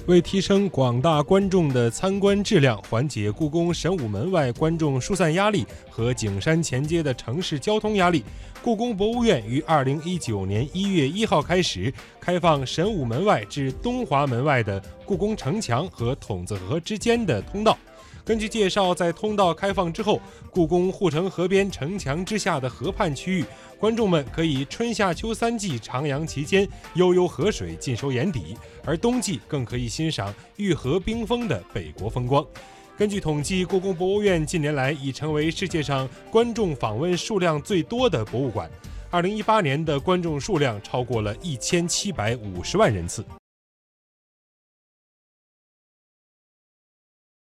为提升广大观众的参观质量，缓解故宫神武门外观众疏散压力和景山前街的城市交通压力，故宫博物院于2019年1月1号开始开放神武门外至东华门外的故宫城墙和筒子河之间的通道。根据介绍，在通道开放之后，故宫护城河边城墙之下的河畔区域，观众们可以春夏秋三季徜徉其间，悠悠河水尽收眼底；而冬季更可以欣赏玉河冰封的北国风光。根据统计，故宫博物院近年来已成为世界上观众访问数量最多的博物馆。2018年的观众数量超过了1750万人次。